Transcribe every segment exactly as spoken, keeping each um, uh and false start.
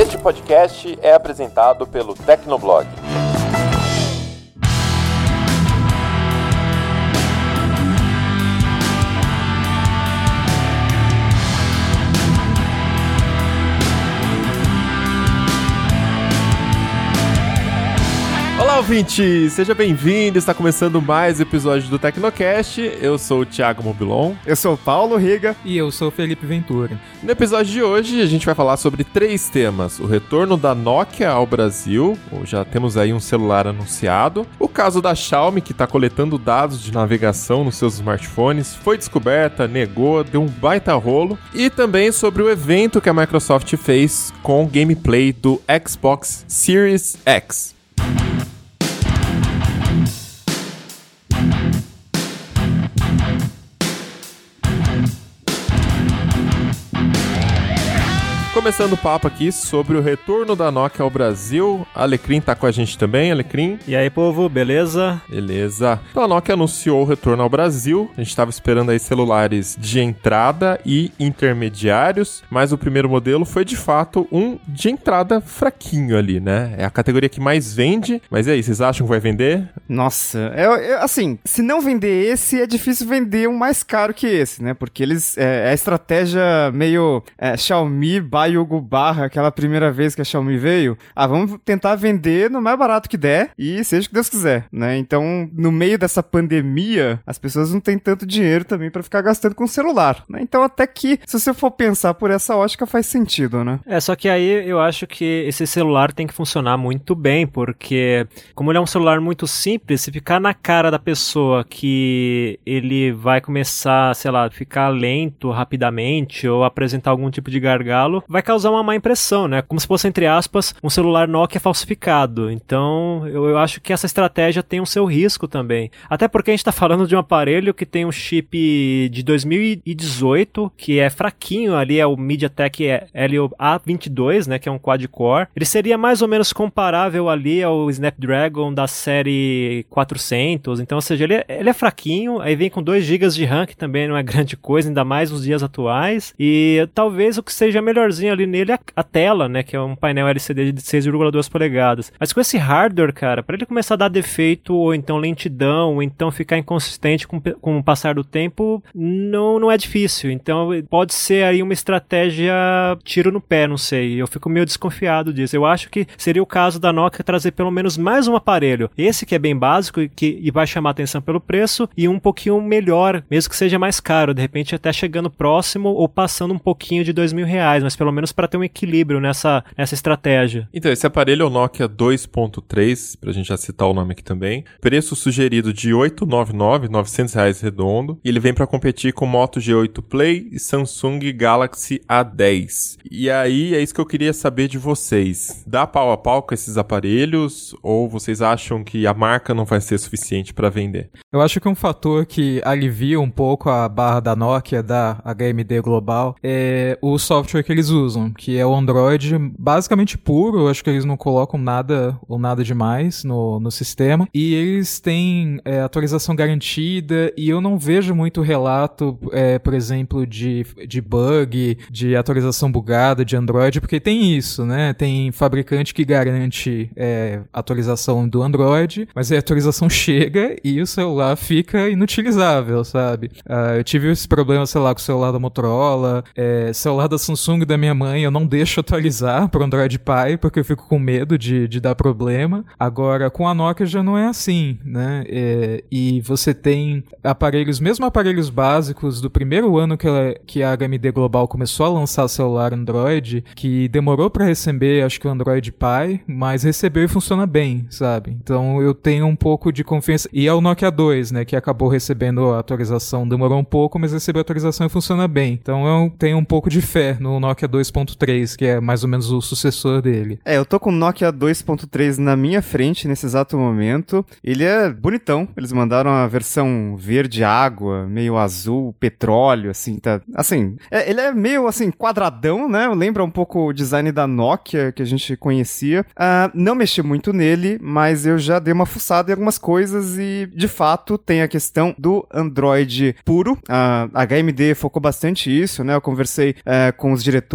Este podcast é apresentado pelo Tecnoblog. Olá, ouvinte! Seja bem-vindo! Está começando mais um episódio do Tecnocast. Eu sou o Thiago Mobilon. Eu sou o Paulo Riga. E eu sou o Felipe Ventura. No episódio de hoje, a gente vai falar sobre três temas. O retorno da Nokia ao Brasil, já temos aí um celular anunciado. O caso da Xiaomi, que está coletando dados de navegação nos seus smartphones, foi descoberta, negou, deu um baita rolo. E também sobre o evento que a Microsoft fez com o gameplay do Xbox Series X. Começando o papo aqui sobre o retorno da Nokia ao Brasil. A Alecrim tá com a gente também, Alecrim. E aí, povo, beleza? Beleza. Então a Nokia anunciou o retorno ao Brasil. A gente tava esperando aí celulares de entrada e intermediários, mas o primeiro modelo foi de fato um de entrada fraquinho ali, né? É a categoria que mais vende, mas e aí, vocês acham que vai vender? Nossa, é, é, assim, se não vender esse, é difícil vender um mais caro que esse, né? Porque eles, é, é a estratégia meio é, Xiaomi by Hugo Barra, aquela primeira vez que a Xiaomi veio, ah, vamos tentar vender no mais barato que der e seja o que Deus quiser, né? Então, no meio dessa pandemia, as pessoas não têm tanto dinheiro também pra ficar gastando com celular, né? Então, até que, se você for pensar por essa ótica, faz sentido, né? É, só que aí eu acho que esse celular tem que funcionar muito bem, porque como ele é um celular muito simples, se ficar na cara da pessoa que ele vai começar, sei lá, ficar lento rapidamente ou apresentar algum tipo de gargalo, vai causar uma má impressão, né? Como se fosse, entre aspas, um celular Nokia falsificado. Então, eu, eu acho que essa estratégia tem o seu risco também. Até porque a gente tá falando de um aparelho que tem um chip de dois mil e dezoito, que é fraquinho ali, é o MediaTek Helio A vinte e dois, né? Que é um quad-core. Ele seria mais ou menos comparável ali ao Snapdragon da série quatrocentos. Então, ou seja, ele é, ele é fraquinho, aí vem com dois gigas de RAM, que também não é grande coisa, ainda mais nos dias atuais. E talvez o que seja melhorzinho ali nele é a tela, né, que é um painel L C D de seis vírgula duas polegadas. Mas com esse hardware, cara, para ele começar a dar defeito, ou então lentidão, ou então ficar inconsistente com, com o passar do tempo, não, não é difícil. Então pode ser aí uma estratégia tiro no pé, não sei. Eu fico meio desconfiado disso. Eu acho que seria o caso da Nokia trazer pelo menos mais um aparelho. Esse que é bem básico e que e vai chamar atenção pelo preço, e um pouquinho melhor, mesmo que seja mais caro, de repente até chegando próximo ou passando um pouquinho de dois mil reais, mas pelo menos para ter um equilíbrio nessa, nessa estratégia. Então, esse aparelho é o Nokia dois ponto três, pra gente já citar o nome aqui também. Preço sugerido de oitocentos e noventa e nove reais, novecentos reais redondo. E ele vem para competir com Moto G oito Play e Samsung Galaxy A dez. E aí, é isso que eu queria saber de vocês. Dá pau a pau com esses aparelhos ou vocês acham que a marca não vai ser suficiente para vender? Eu acho que um fator que alivia um pouco a barra da Nokia, da H M D Global, é o software que eles usam, que é o Android basicamente puro. Eu acho que eles não colocam nada ou nada demais no, no sistema, e eles têm é, atualização garantida, e eu não vejo muito relato, é, por exemplo, de, de bug, de atualização bugada de Android, porque tem isso, né? Tem fabricante que garante é, atualização do Android, mas a atualização chega e o celular fica inutilizável, sabe? Uh, eu tive esse problema, sei lá, com o celular da Motorola, é, celular da Samsung da minha mãe, eu não deixo atualizar pro Android Pie, porque eu fico com medo de, de dar problema. Agora, com a Nokia já não é assim, né? É, e você tem aparelhos, mesmo aparelhos básicos do primeiro ano que, ela, que a H M D Global começou a lançar celular Android, que demorou para receber, acho que o Android Pie, mas recebeu e funciona bem, sabe? Então eu tenho um pouco de confiança. E é o Nokia dois, né, que acabou recebendo a atualização, demorou um pouco, mas recebeu a atualização e funciona bem. Então eu tenho um pouco de fé no Nokia dois ponto três, que é mais ou menos o sucessor dele. É, eu tô com o Nokia dois ponto três na minha frente nesse exato momento. Ele é bonitão. Eles mandaram a versão verde água, meio azul, petróleo, assim, tá... Assim, é, ele é meio, assim, quadradão, né? Lembra um pouco o design da Nokia, que a gente conhecia. Uh, não mexi muito nele, mas eu já dei uma fuçada em algumas coisas e, de fato, tem a questão do Android puro. A H M D focou bastante isso, né? Eu conversei uh, com os diretores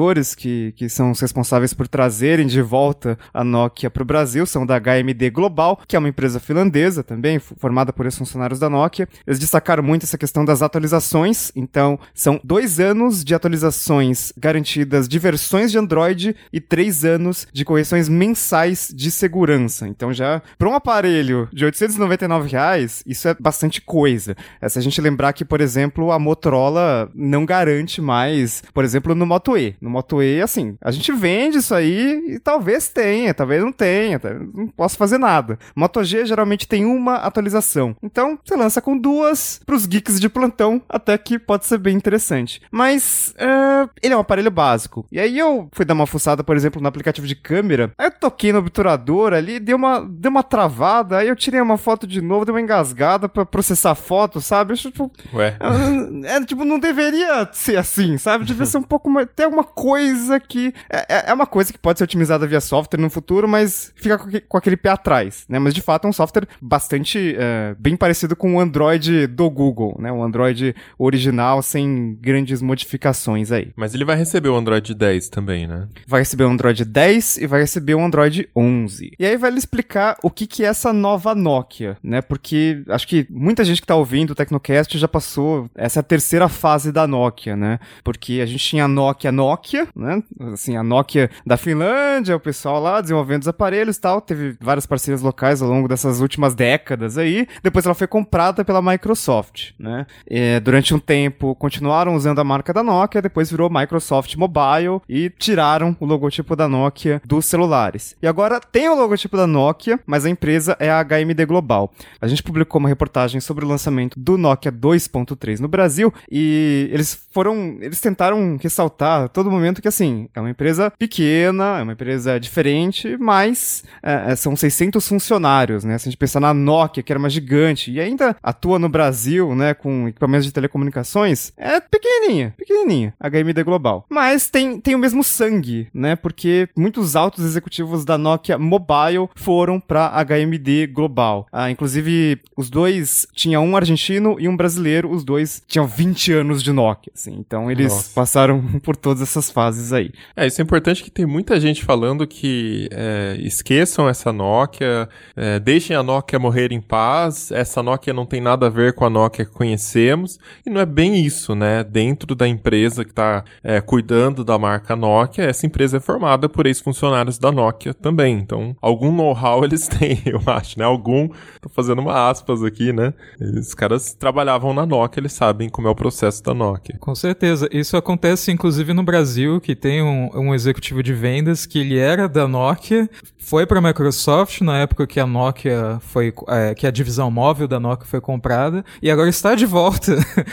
desenvolvedores que, que são os responsáveis por trazerem de volta a Nokia para o Brasil, são da H M D Global, que é uma empresa finlandesa também, formada por ex-funcionários da Nokia. Eles destacaram muito essa questão das atualizações, então são dois anos de atualizações garantidas de versões de Android e três anos de correções mensais de segurança. Então já, para um aparelho de oitocentos e noventa e nove reais, isso é bastante coisa. É, se a gente lembrar que, por exemplo, a Motorola não garante mais, por exemplo, no Moto E. No Moto E, assim, a gente vende isso aí e talvez tenha, talvez não tenha, não posso fazer nada. Moto G geralmente tem uma atualização. Então, você lança com duas pros geeks de plantão, até que pode ser bem interessante. Mas, uh, ele é um aparelho básico. E aí eu fui dar uma fuçada, por exemplo, no aplicativo de câmera, aí eu toquei no obturador ali, deu uma, deu uma travada, aí eu tirei uma foto de novo, deu uma engasgada pra processar a foto, sabe? Eu, tipo, Ué? É, tipo, não deveria ser assim, sabe? Devia ser um pouco mais... Tem alguma coisa que... É, é uma coisa que pode ser otimizada via software no futuro, mas fica com, com aquele pé atrás, né? Mas, de fato, é um software bastante... É, bem parecido com o Android do Google, né? O Android original, sem grandes modificações aí. Mas ele vai receber o Android dez também, né? Vai receber o Android dez e vai receber o Android onze. E aí vai lhe explicar o que, que é essa nova Nokia, né? Porque acho que muita gente que tá ouvindo o Tecnocast já passou... Essa é a terceira fase da Nokia, né? Porque a gente tinha a Nokia Nokia, né? Assim, a Nokia da Finlândia, o pessoal lá desenvolvendo os aparelhos e tal. Teve várias parcerias locais ao longo dessas últimas décadas aí. Depois ela foi comprada pela Microsoft, né? E, durante um tempo continuaram usando a marca da Nokia, depois virou Microsoft Mobile e tiraram o logotipo da Nokia dos celulares. E agora tem o logotipo da Nokia, mas a empresa é a H M D Global. A gente publicou uma reportagem sobre o lançamento do Nokia dois ponto três no Brasil e eles foram, eles tentaram ressaltar a todo momento que, assim, é uma empresa pequena, é uma empresa diferente, mas é, são seiscentos funcionários, né? Se a gente pensar na Nokia, que era uma gigante e ainda atua no Brasil, né, com equipamentos de telecomunicações, é pequenininha, pequenininha, a H M D Global. Mas tem, tem o mesmo sangue, né? Porque muitos altos executivos da Nokia Mobile foram pra H M D Global. Ah, inclusive, os dois, tinha um argentino e um brasileiro, os dois tinham vinte anos de Nokia, assim. Então, eles Nossa. passaram por todas essas fases aí. É, isso é importante que tem muita gente falando que é, esqueçam essa Nokia, é, deixem a Nokia morrer em paz, essa Nokia não tem nada a ver com a Nokia que conhecemos, e não é bem isso, né? Dentro da empresa que está é, cuidando da marca Nokia, essa empresa é formada por ex-funcionários da Nokia também, então algum know-how eles têm, eu acho, né? Algum, tô fazendo uma aspas aqui, né? Os caras trabalhavam na Nokia, eles sabem como é o processo da Nokia. Com certeza, isso acontece inclusive no Brasil, que tem um, um executivo de vendas que ele era da Nokia, foi para a Microsoft na época que a Nokia foi, é, que a divisão móvel da Nokia foi comprada, e agora está de volta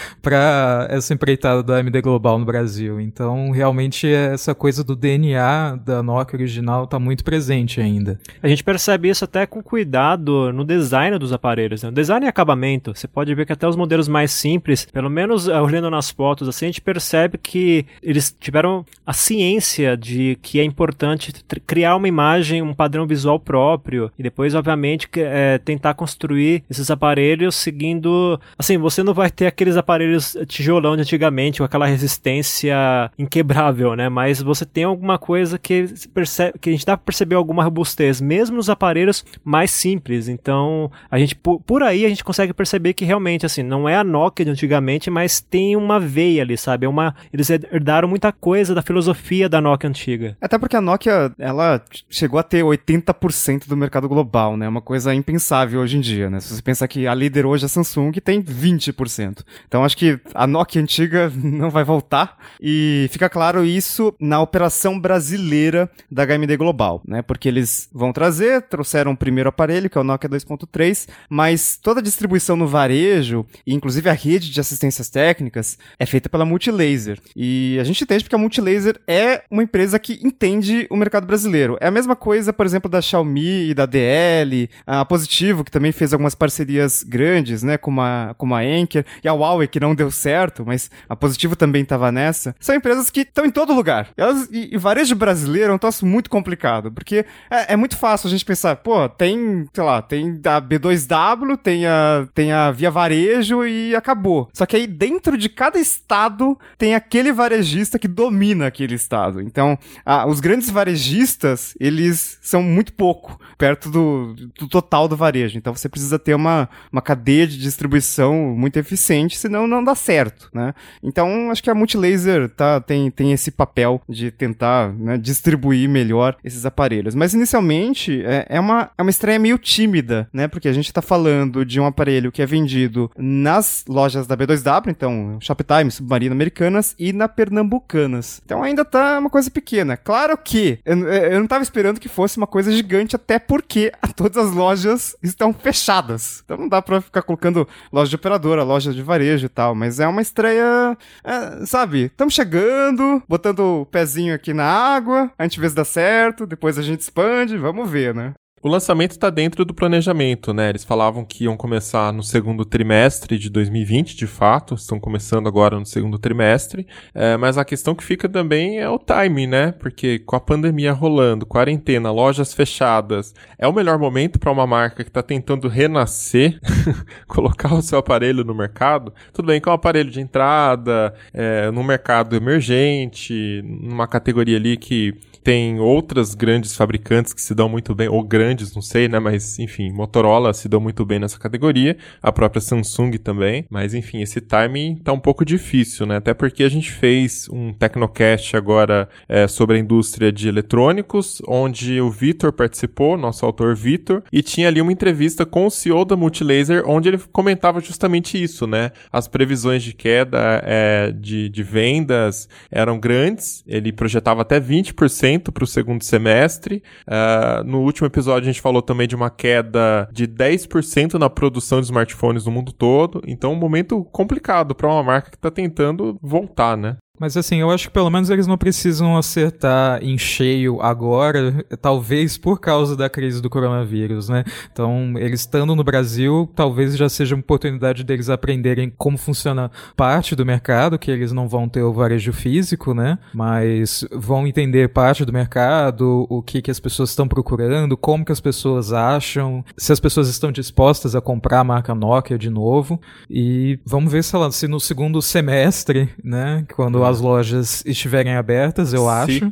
para essa empreitada da A M D Global no Brasil. Então, realmente, essa coisa do D N A da Nokia original está muito presente ainda. A gente percebe isso até com cuidado no design dos aparelhos, né? O design e acabamento, você pode ver que até os modelos mais simples, pelo menos olhando nas fotos, assim, a gente percebe que eles tiveram a ciência de que é importante criar uma imagem, um padrão visual próprio, e depois, obviamente, é, tentar construir esses aparelhos seguindo... Assim, você não vai ter aqueles aparelhos tijolão de antigamente, com aquela resistência inquebrável, né? Mas você tem alguma coisa que, percebe, que a gente dá pra perceber alguma robustez, mesmo nos aparelhos mais simples. Então, a gente, por, por aí a gente consegue perceber que realmente, assim, não é a Nokia de antigamente, mas tem uma veia ali, sabe? É uma, eles herdaram muita coisa da filosofia da Nokia antiga. Até porque a Nokia, ela chegou a ter oitenta por cento do mercado global, né? Uma coisa impensável hoje em dia, né? Se você pensar que a líder hoje é a Samsung, tem vinte por cento. Então, acho que a Nokia antiga não vai voltar. E fica claro isso na operação brasileira da H M D Global, né? Porque eles vão trazer, trouxeram o primeiro aparelho, que é o Nokia dois ponto três, mas toda a distribuição no varejo, e inclusive a rede de assistências técnicas, é feita pela Multilaser. E a gente entende porque a Multilaser é uma empresa que entende o mercado brasileiro. É a mesma coisa, por exemplo, da Xiaomi e da D L, a Positivo, que também fez algumas parcerias grandes, né, com a, com a Anker, e a Huawei, que não deu certo, mas a Positivo também estava nessa. São empresas que estão em todo lugar. Elas, e, e varejo brasileiro é um troço muito complicado, porque é, é muito fácil a gente pensar, pô, tem, sei lá, tem a B dois W, tem a, tem a Via Varejo e acabou. Só que aí dentro de cada estado tem aquele varejista que domina daquele estado. Então, ah, os grandes varejistas, eles são muito pouco perto do, do total do varejo. Então, você precisa ter uma, uma cadeia de distribuição muito eficiente, senão não dá certo, né? Então, acho que a Multilaser tá, tem, tem esse papel de tentar, né, distribuir melhor esses aparelhos. Mas, inicialmente, é, é, uma, é uma estreia meio tímida, né? Porque a gente tá falando de um aparelho que é vendido nas lojas da B dois W, então, Shoptime, Submarino, Americanas, e na Pernambucanas. Então, ainda tá uma coisa pequena. Claro que eu, eu não tava esperando que fosse uma coisa gigante, até porque todas as lojas estão fechadas. Então, não dá pra ficar colocando loja de operadora, loja de varejo e tal, mas é uma estreia, é, sabe? Estamos chegando, botando o pezinho aqui na água, a gente vê se dá certo, depois a gente expande, vamos ver, né? O lançamento está dentro do planejamento, né? Eles falavam que iam começar no segundo trimestre de dois mil e vinte, de fato. Estão começando agora no segundo trimestre. É, mas a questão que fica também é o timing, né? Porque com a pandemia rolando, quarentena, lojas fechadas, é o melhor momento para uma marca que está tentando renascer, colocar o seu aparelho no mercado. Tudo bem que é um aparelho de entrada, é, num mercado emergente, numa categoria ali que tem outras grandes fabricantes que se dão muito bem, ou grandes, não sei, né, mas enfim, Motorola se deu muito bem nessa categoria, a própria Samsung também, mas enfim, esse timing tá um pouco difícil, né, até porque a gente fez um Tecnocast agora é, sobre a indústria de eletrônicos, onde o Vitor participou, nosso autor Vitor, e tinha ali uma entrevista com o C E O da Multilaser, onde ele comentava justamente isso, né, as previsões de queda é, de, de vendas eram grandes, ele projetava até vinte por cento para o segundo semestre. Uh, no último episódio a gente falou também de uma queda de dez por cento na produção de smartphones no mundo todo. Então, um momento complicado para uma marca que está tentando voltar, né? Mas assim, eu acho que pelo menos eles não precisam acertar em cheio agora, talvez por causa da crise do coronavírus, né? Então, eles estando no Brasil, talvez já seja uma oportunidade deles aprenderem como funciona parte do mercado, que eles não vão ter o varejo físico, né? Mas vão entender parte do mercado, o que, que as pessoas estão procurando, como que as pessoas acham, se as pessoas estão dispostas a comprar a marca Nokia de novo. E vamos ver se, ela, se no segundo semestre, né, quando as lojas estiverem abertas, eu Sim. acho.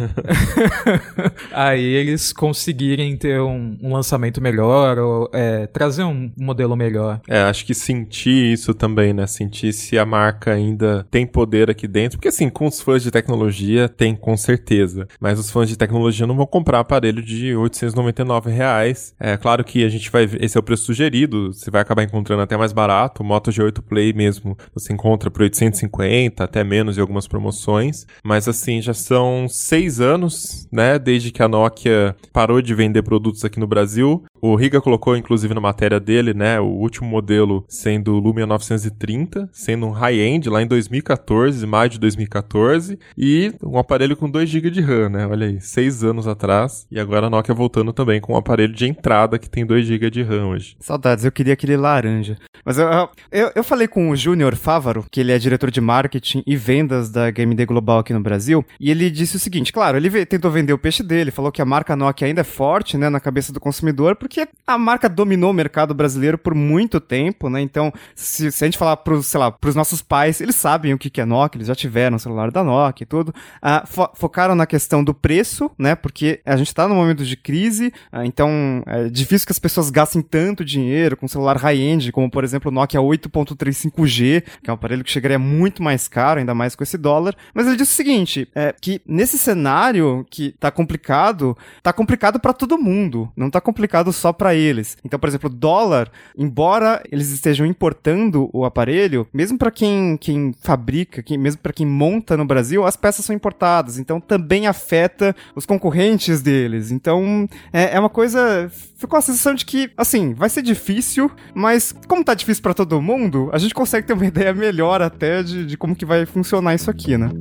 Aí eles conseguirem ter um, um lançamento melhor, ou é, trazer um modelo melhor. É, acho que sentir isso também, né? Sentir se a marca ainda tem poder aqui dentro. Porque assim, com os fãs de tecnologia, tem com certeza. Mas os fãs de tecnologia não vão comprar aparelho de oitocentos e noventa e nove reais. É claro que a gente vai ver, esse é o preço sugerido, você vai acabar encontrando até mais barato. O Moto G oito Play mesmo, você encontra por oitocentos e cinquenta, até menos de algumas promoções, mas assim, já são seis anos, né, desde que a Nokia parou de vender produtos aqui no Brasil. O Riga colocou, inclusive, na matéria dele, né, o último modelo sendo o Lumia novecentos e trinta, sendo um high-end lá em dois mil e catorze, maio de dois mil e catorze, e um aparelho com dois gigas de RAM, né, olha aí, seis anos atrás, e agora a Nokia voltando também com um aparelho de entrada que tem dois gigas de RAM hoje. Saudades, eu queria aquele laranja. Mas eu, eu, eu falei com o Júnior Fávaro, que ele é diretor de marketing e vendas da Game Day Global aqui no Brasil, e ele disse o seguinte, claro, ele ve- tentou vender o peixe dele, falou que a marca Nokia ainda é forte, né, na cabeça do consumidor, porque a marca dominou o mercado brasileiro por muito tempo, né, então, se, se a gente falar pros, sei lá, pros nossos pais, eles sabem o que que é Nokia, eles já tiveram o celular da Nokia e tudo, ah, fo- focaram na questão do preço, né, porque a gente tá num momento de crise, ah, então é difícil que as pessoas gastem tanto dinheiro com celular high-end, como por exemplo o Nokia oito ponto três cinco G, que é um aparelho que chegaria muito mais caro, ainda mais com esse dólar, mas ele disse o seguinte, é, que nesse cenário que tá complicado, tá complicado pra todo mundo, não tá complicado só pra eles. Então, por exemplo, o dólar, embora eles estejam importando o aparelho, mesmo pra quem, quem fabrica, quem, mesmo pra quem monta no Brasil, as peças são importadas, então também afeta os concorrentes deles. Então, é, é uma coisa... Ficou a sensação de que, assim, vai ser difícil, mas como tá difícil pra todo mundo, a gente consegue ter uma ideia melhor até de, de como que vai funcionar isso aqui, né?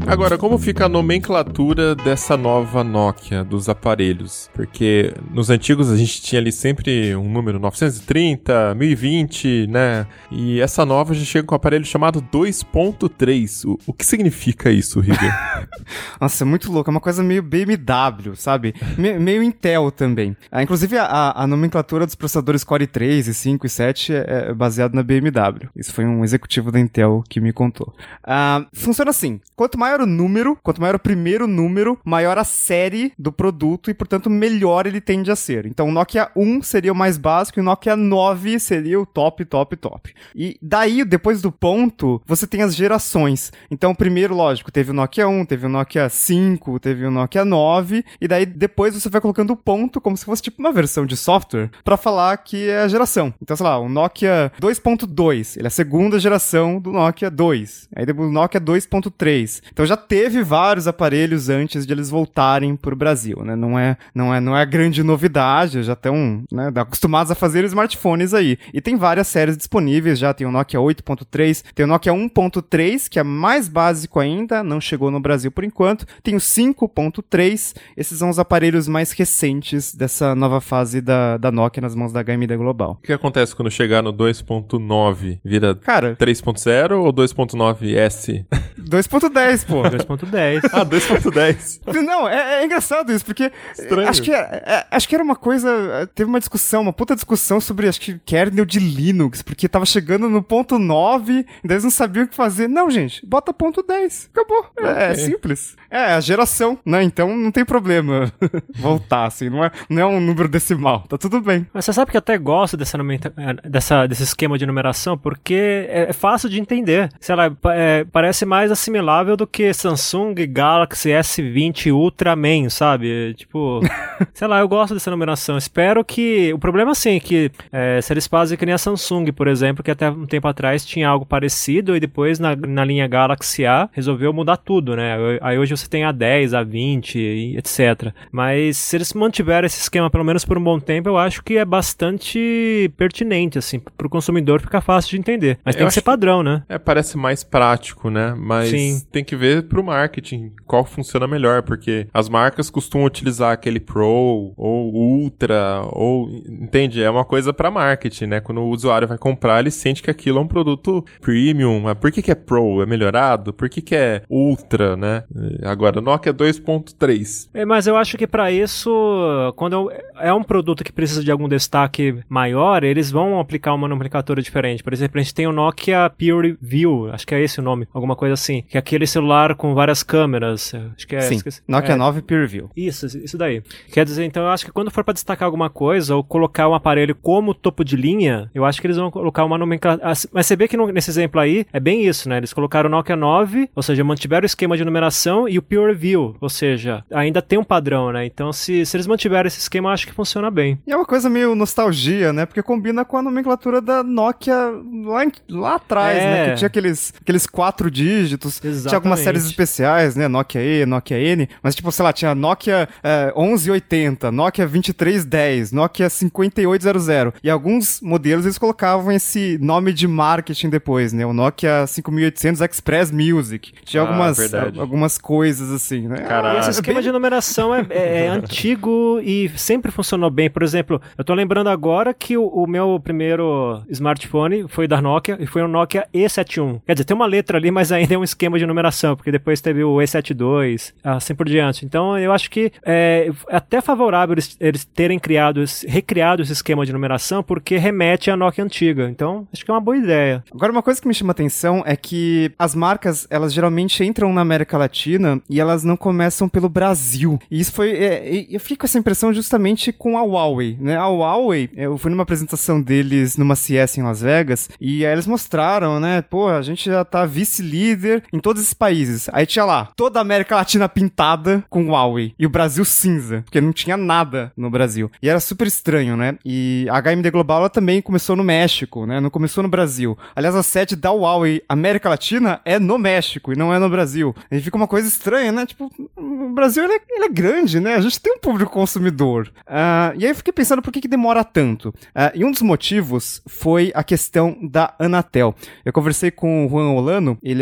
Agora, como fica a nomenclatura dessa nova Nokia, dos aparelhos? Porque nos antigos a gente tinha ali sempre um número novecentos e trinta, mil e vinte, né? E essa nova já chega com um aparelho chamado dois ponto três. O, o que significa isso, Riga? Nossa, é muito louco. É uma coisa meio B M W, sabe? Me, meio Intel também. Ah, inclusive, a, a nomenclatura dos processadores Core três, e cinco e sete é, é baseado na B M W. Isso foi um executivo da Intel que me contou. Ah, funciona assim. Quanto maior o número, quanto maior o primeiro número, maior a série do produto e, portanto, melhor ele tende a ser. Então, o Nokia um seria o mais básico e o Nokia nove seria o top, top, top. E daí, depois do ponto, você tem as gerações. Então, primeiro, lógico, teve o Nokia um, teve o Nokia cinco, teve o Nokia nove, e daí depois você vai colocando o ponto como se fosse tipo uma versão de software pra falar que é a geração. Então, sei lá, o Nokia dois ponto dois, ele é a segunda geração do Nokia dois. Aí depois o Nokia dois ponto três. Então já teve vários aparelhos antes de eles voltarem pro Brasil, né? Não é, não é, não é grande novidade, já estão, né, acostumados a fazer smartphones aí. E tem várias séries disponíveis, já tem o Nokia oito ponto três, tem o Nokia um ponto três, que é mais básico ainda, não chegou no Brasil por enquanto, tem o cinco ponto três, esses são os aparelhos mais recentes dessa nova fase da, da Nokia nas mãos da H M D Global. O que acontece quando chegar no dois ponto nove? Vira Cara, três ponto zero ou dois ponto nove S? dois ponto dez, pô. dois ponto dez. Ah, dois ponto dez. Não, é, é engraçado isso, porque Estranho. acho que, é, é, acho que era uma coisa, teve uma discussão, uma puta discussão sobre, acho que, kernel de Linux, porque tava chegando no ponto nove, e daí eles não sabiam o que fazer. Não, gente, bota ponto dez, acabou. É, é simples. É, a geração, né, então não tem problema voltar, assim, não é, não é um número decimal, tá tudo bem. Mas você sabe que eu até gosto dessa, numenta- dessa, desse esquema de numeração, porque é, é fácil de entender. Sei lá, é, parece mais assimilável do que Samsung Galaxy S vinte Ultra Man, sabe? Tipo, sei lá, eu gosto dessa numeração. Espero que... O problema, assim, é que é, se eles fazem que nem a Samsung, por exemplo, que até um tempo atrás tinha algo parecido e depois na, na linha Galaxy A resolveu mudar tudo, né? Aí hoje você tem A dez, A vinte, etcétera. Mas se eles mantiverem esse esquema pelo menos por um bom tempo, eu acho que é bastante pertinente, assim, pro consumidor ficar fácil de entender. Mas Eu tem que acho ser padrão, né? É, parece mais prático, né? Mas Sim. tem que ver pro marketing qual funciona melhor, porque as marcas costumam utilizar aquele Pro ou Ultra, ou, entende? É uma coisa pra marketing, né? Quando o usuário vai comprar, ele sente que aquilo é um produto premium. Mas por que que é Pro? É melhorado? Por que que é Ultra, né? Agora, Nokia dois ponto três. É, mas eu acho que pra isso, quando é um produto que precisa de algum destaque maior, eles vão aplicar uma nomenclatura diferente. Por exemplo, a gente tem o Nokia Pure View, acho que é esse o nome, alguma coisa assim, que é aquele celular com várias câmeras. Acho que é. Sim, esqueci. Nokia é. nove Pure View. Isso, isso daí. Quer dizer, então eu acho que quando for pra destacar alguma coisa ou colocar um aparelho como topo de linha, eu acho que eles vão colocar uma nomenclatura. Mas você vê que no, nesse exemplo aí é bem isso, né? Eles colocaram o Nokia nove, ou seja, mantiveram o esquema de numeração, e o Pure View, ou seja, ainda tem um padrão, né? Então se, se eles mantiverem esse esquema, eu acho que funciona bem. E é uma coisa meio nostalgia, né? Porque combina com a nomenclatura da Nokia lá, em, lá atrás, É. né? Que tinha aqueles, aqueles quatro dígitos. Exatamente. Tinha algumas séries especiais, né? Nokia E, Nokia N. Mas, tipo, sei lá, tinha Nokia é, onze oitenta, Nokia vinte e três dez, Nokia cinquenta e oito zero zero. E alguns modelos eles colocavam esse nome de marketing depois, né? O Nokia cinco mil e oitocentos Express Music. Tinha Ah, algumas, verdade. algumas coisas assim, né? Caralho. E esse esquema de numeração é, é- é antigo e sempre funcionou bem. Por exemplo, eu tô lembrando agora que o, o meu primeiro smartphone foi da Nokia e foi o Nokia E setenta e um. Quer dizer, tem uma letra ali, mas ainda é um esquema de numeração, porque depois teve o E setenta e dois, assim por diante. Então, eu acho que é, é até favorável eles, eles terem criado, esse- recriado esse esquema de numeração, porque remete à Nokia antiga. Então, acho que é uma boa ideia. Agora, uma coisa que me chama atenção é que as marcas, elas geralmente entram na América Latina e elas não começam pelo Brasil. E isso foi... É, e eu fiquei com essa impressão justamente com a Huawei, né? A Huawei, eu fui numa apresentação deles numa C S em Las Vegas e aí eles mostraram, né? Pô, a gente já tá vice-líder em todos esses países. Aí tinha lá, toda a América Latina pintada com Huawei e o Brasil cinza, porque não tinha nada no Brasil. E era super estranho, né? E a H M D Global, ela também começou no México, né? Não começou no Brasil. Aliás, a sede da Huawei América Latina é no México e não é no Brasil. E fica uma coisa estranha, né? Tipo, o Brasil, ele é, ele é grande, né? A gente tem um público consumidor. Uh, e aí eu fiquei pensando por que, que demora tanto. Uh, e um dos motivos foi a questão da Anatel. Eu conversei com o Juan Olano, ele é colombiano,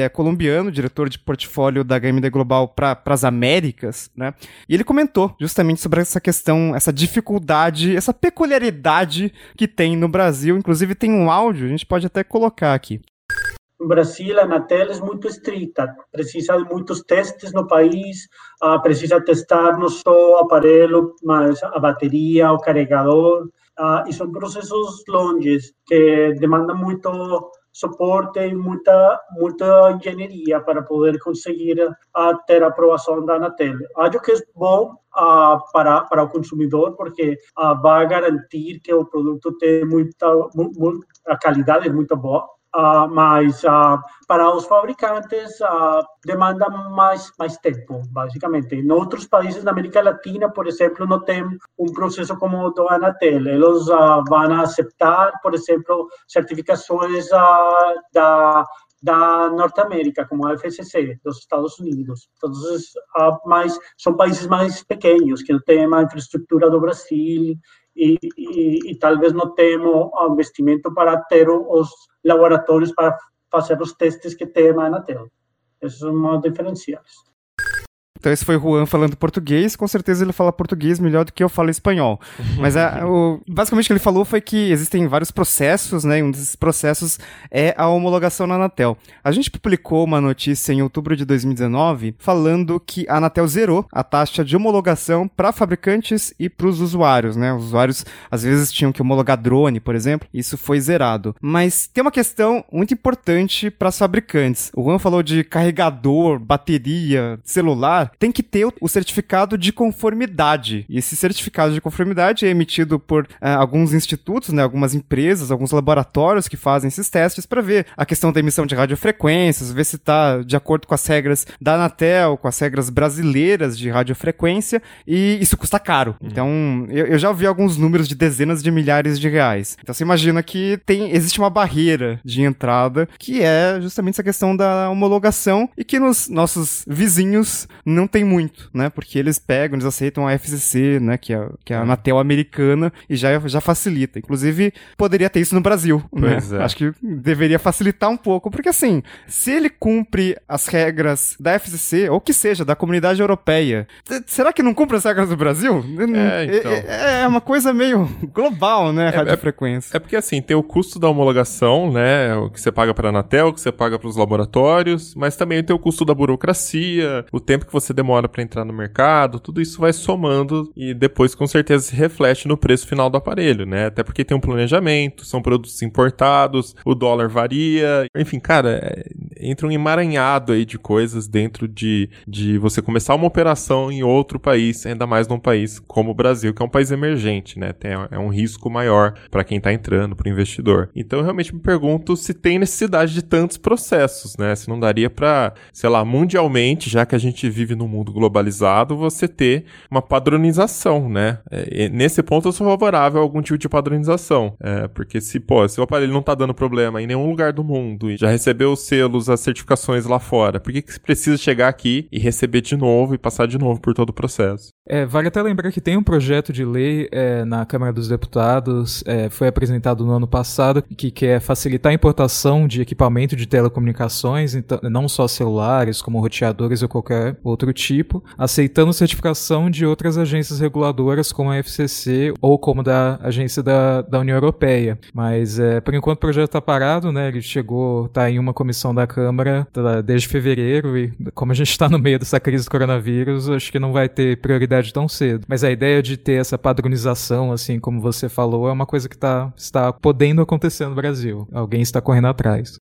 Fabiano, diretor de portfólio da H M D Global para as Américas, né? E ele comentou justamente sobre essa questão, essa dificuldade, essa peculiaridade que tem no Brasil. Inclusive tem um áudio, a gente pode até colocar aqui. No Brasil, a Anatel é muito estrita, precisa de muitos testes no país, uh, precisa testar não só o aparelho, mas a bateria, o carregador, uh, e são processos longos que demandam muito suporte e muita, muita engenharia para poder conseguir uh, ter a aprovação da Anatel. Acho que é bom uh, para, para o consumidor, porque uh, vai garantir que o produto tem muita, mu, a qualidade é muito boa. Uh, mas uh, para os fabricantes uh, demanda mais, mais tempo, basicamente. Em outros países da América Latina, por exemplo, não tem um processo como o do Anatel. Eles uh, vão aceitar, por exemplo, certificações uh, da, da Norte-América, como a F C C, dos Estados Unidos. Então, uh, mais, são países mais pequenos, que não têm a infraestrutura do Brasil, E, e, e talvez não temos investimento para ter os laboratórios para fazer os testes que tem a Anatel. Esses são os diferenciais. Então esse foi o Juan falando português, com certeza ele fala português melhor do que eu falo espanhol. Mas a, o, basicamente o que ele falou foi que existem vários processos, né, e um desses processos é a homologação na Anatel. A gente publicou uma notícia em outubro de dois mil e dezenove falando que a Anatel zerou a taxa de homologação para fabricantes e para os usuários, né? Os usuários às vezes tinham que homologar drone, por exemplo, isso foi zerado. Mas tem uma questão muito importante para os fabricantes. O Juan falou de carregador, bateria, celular. Tem que ter o certificado de conformidade. E esse certificado de conformidade é emitido por uh, alguns institutos, né, algumas empresas, alguns laboratórios que fazem esses testes para ver a questão da emissão de radiofrequências, ver se está de acordo com as regras da Anatel, com as regras brasileiras de radiofrequência, e isso custa caro. Uhum. Então, eu, eu já ouvi alguns números de dezenas de milhares de reais. Então, você imagina que tem, existe uma barreira de entrada, que é justamente essa questão da homologação, e que nos nossos vizinhos não tem muito, né? Porque eles pegam, eles aceitam a F C C, né? Que é, que é a Anatel americana, e já, já facilita. Inclusive, poderia ter isso no Brasil, pois né? É. Acho que deveria facilitar um pouco, porque assim, se ele cumpre as regras da F C C, ou que seja, da Comunidade Europeia, será que não cumpre as regras do Brasil? É, então. É, é uma coisa meio global, né? É, radiofrequência. É, é porque assim, tem o custo da homologação, né? O que você paga para a Anatel, o que você paga para os laboratórios, mas também tem o custo da burocracia, o tempo que você demora para entrar no mercado, tudo isso vai somando e depois com certeza se reflete no preço final do aparelho, né? Até porque tem um planejamento, são produtos importados, o dólar varia, enfim, cara, é, entra um emaranhado aí de coisas dentro de, de você começar uma operação em outro país, ainda mais num país como o Brasil, que é um país emergente, né? Tem, é um risco maior para quem tá entrando, para o investidor. Então eu realmente me pergunto se tem necessidade de tantos processos, né? Se não daria para, sei lá, mundialmente, já que a gente vive num mundo globalizado, você ter uma padronização, né? É, nesse ponto eu sou favorável a algum tipo de padronização. É, porque se, pô, se o aparelho não tá dando problema em nenhum lugar do mundo e já recebeu os selos, as certificações lá fora, por que que precisa chegar aqui e receber de novo e passar de novo por todo o processo? É, vale até lembrar que tem um projeto de lei é, na Câmara dos Deputados, é, foi apresentado no ano passado, que quer facilitar a importação de equipamento de telecomunicações, então, não só celulares, como roteadores ou qualquer outro tipo, aceitando certificação de outras agências reguladoras como a F C C ou como da agência da, da União Europeia. Mas, é, por enquanto, o projeto está parado, né? Ele chegou, está em uma comissão da Câmara tá, desde fevereiro e, como a gente está no meio dessa crise do coronavírus, acho que não vai ter prioridade tão cedo. Mas a ideia de ter essa padronização, assim como você falou, é uma coisa que tá, está podendo acontecer no Brasil. Alguém está correndo atrás.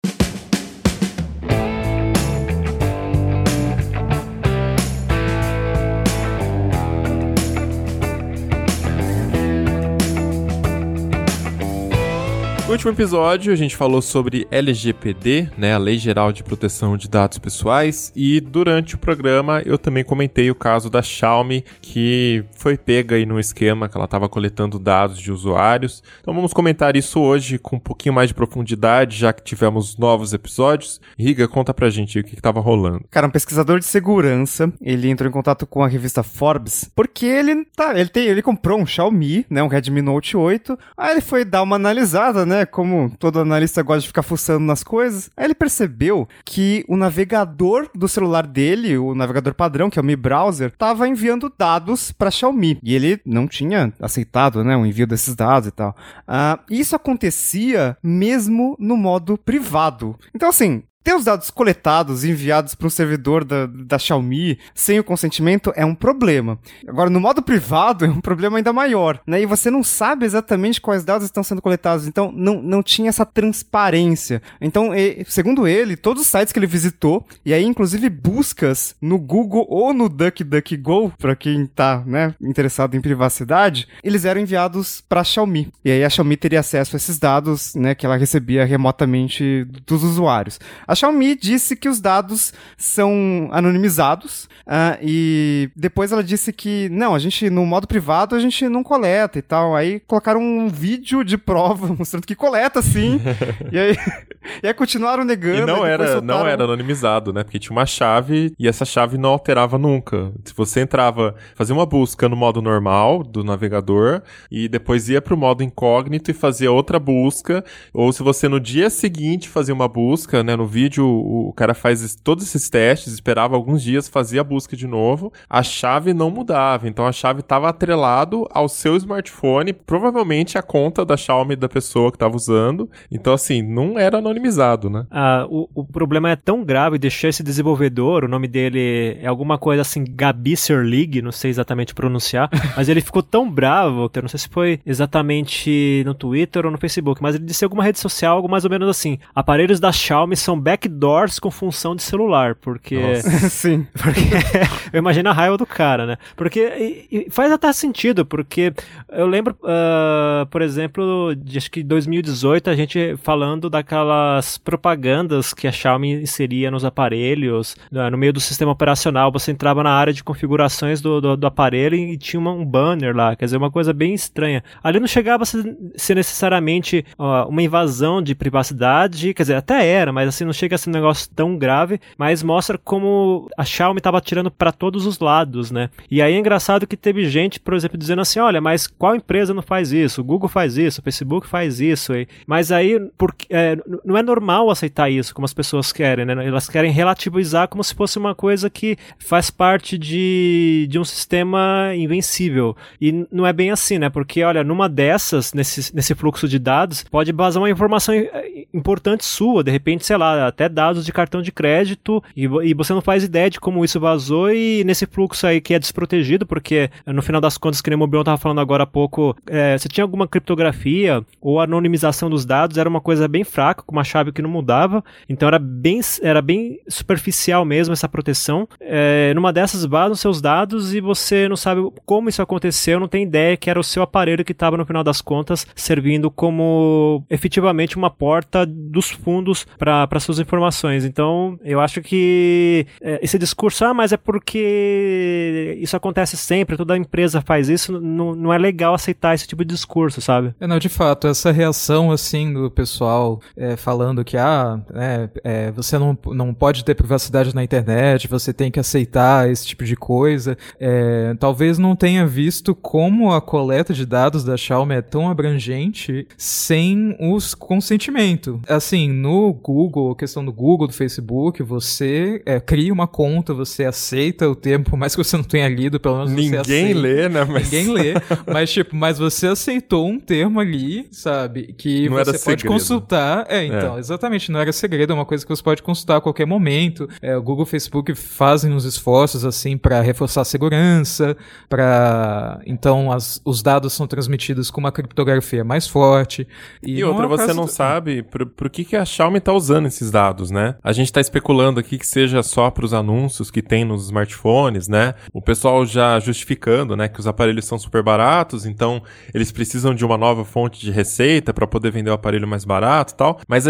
No último episódio, a gente falou sobre L G P D, né, a Lei Geral de Proteção de Dados Pessoais, e durante o programa eu também comentei o caso da Xiaomi, que foi pega aí no esquema que ela estava coletando dados de usuários. Então vamos comentar isso hoje com um pouquinho mais de profundidade, já que tivemos novos episódios. Riga, conta pra gente aí o que estava rolando. Cara, um pesquisador de segurança, ele entrou em contato com a revista Forbes, porque ele, tá, ele, tem, ele comprou um Xiaomi, né, um Redmi Note oito, aí ele foi dar uma analisada, né, né, como todo analista gosta de ficar fuçando nas coisas, aí ele percebeu que o navegador do celular dele, o navegador padrão, que é o Mi Browser, tava enviando dados para Xiaomi. E ele não tinha aceitado, né, o envio desses dados e tal. Uh, isso acontecia mesmo no modo privado. Então, assim, ter os dados coletados e enviados para um servidor da, da Xiaomi sem o consentimento é um problema. Agora, no modo privado, é um problema ainda maior, né? E você não sabe exatamente quais dados estão sendo coletados, então não, não tinha essa transparência. Então, e, segundo ele, todos os sites que ele visitou, e aí inclusive buscas no Google ou no DuckDuckGo, para quem tá, né, interessado em privacidade, eles eram enviados para a Xiaomi. E aí a Xiaomi teria acesso a esses dados, né, que ela recebia remotamente dos usuários. A Xiaomi disse que os dados são anonimizados uh, e depois ela disse que não, a gente no modo privado a gente não coleta e tal. Aí colocaram um vídeo de prova mostrando que coleta sim. e, aí, e aí continuaram negando. E não, era, soltaram... não era anonimizado, né? Porque tinha uma chave e essa chave não alterava nunca. Se você entrava, fazia uma busca no modo normal do navegador e depois ia pro modo incógnito e fazia outra busca, ou se você no dia seguinte fazia uma busca, né, no vídeo vídeo, o cara faz todos esses testes, esperava alguns dias, fazia a busca de novo, a chave não mudava, então a chave estava atrelado ao seu smartphone, provavelmente a conta da Xiaomi da pessoa que estava usando, então assim, não era anonimizado, né? Ah, o, o problema é tão grave, deixar esse desenvolvedor, o nome dele é alguma coisa assim, Gabi Serlig, não sei exatamente pronunciar, mas ele ficou tão bravo, eu não sei se foi exatamente no Twitter ou no Facebook, mas ele disse em alguma rede social, algo mais ou menos assim, aparelhos da Xiaomi são backdoors com função de celular, porque... Sim. Porque eu imagino a raiva do cara, né? Porque e, e faz até sentido, porque eu lembro, uh, por exemplo, de acho que dois mil e dezoito, a gente falando daquelas propagandas que a Xiaomi inseria nos aparelhos, no meio do sistema operacional, você entrava na área de configurações do, do, do aparelho e tinha uma, um banner lá, quer dizer, uma coisa bem estranha. Ali não chegava a ser, ser necessariamente uh, uma invasão de privacidade, quer dizer, até era, mas assim, não chega a ser um negócio tão grave, mas mostra como a Xiaomi estava atirando para todos os lados, né? E aí é engraçado que teve gente, por exemplo, dizendo assim, olha, mas qual empresa não faz isso? O Google faz isso, o Facebook faz isso, e... mas aí porque, é, não é normal aceitar isso, como as pessoas querem, né? Elas querem relativizar como se fosse uma coisa que faz parte de, de um sistema invencível, e não é bem assim, né? Porque, olha, numa dessas, nesse, nesse fluxo de dados, pode vazar uma informação importante sua, de repente, sei lá, até dados de cartão de crédito, e, e você não faz ideia de como isso vazou, e nesse fluxo aí que é desprotegido, porque no final das contas, que nem o Mobion estava falando agora há pouco, é, se tinha alguma criptografia ou anonimização dos dados, era uma coisa bem fraca, com uma chave que não mudava, então era bem, era bem superficial mesmo essa proteção. É, numa dessas vazam seus dados e você não sabe como isso aconteceu, não tem ideia que era o seu aparelho que estava no final das contas servindo como efetivamente uma porta dos fundos para suas informações. Então eu acho que é, esse discurso, ah, mas é porque isso acontece sempre, toda empresa faz isso, não, não é legal aceitar esse tipo de discurso, sabe? É, não, de fato, essa reação assim do pessoal é, falando que ah, é, é, você não, não pode ter privacidade na internet, você tem que aceitar esse tipo de coisa, é, talvez não tenha visto como a coleta de dados da Xiaomi é tão abrangente sem o consentimento. Assim, no Google, a questão do Google, do Facebook, você é, cria uma conta, você aceita o termo, por mais que você não tenha lido, pelo menos Ninguém você aceita. Ninguém lê, né? Mas... Ninguém lê, mas tipo, mas você aceitou um termo ali, sabe, que não você era pode segredo. consultar. É, então, é. exatamente, não era segredo, é uma coisa que você pode consultar a qualquer momento. É, o Google e o Facebook fazem uns esforços, assim, para reforçar a segurança, para então as, os dados são transmitidos com uma criptografia mais forte. E, e outra, é você não do... sabe por, por que, que a Xiaomi tá usando esses dados, né? A gente tá especulando aqui que seja só para os anúncios que tem nos smartphones, né? O pessoal já justificando, né, que os aparelhos são super baratos, então eles precisam de uma nova fonte de receita para poder vender o aparelho mais barato e tal, mas a gente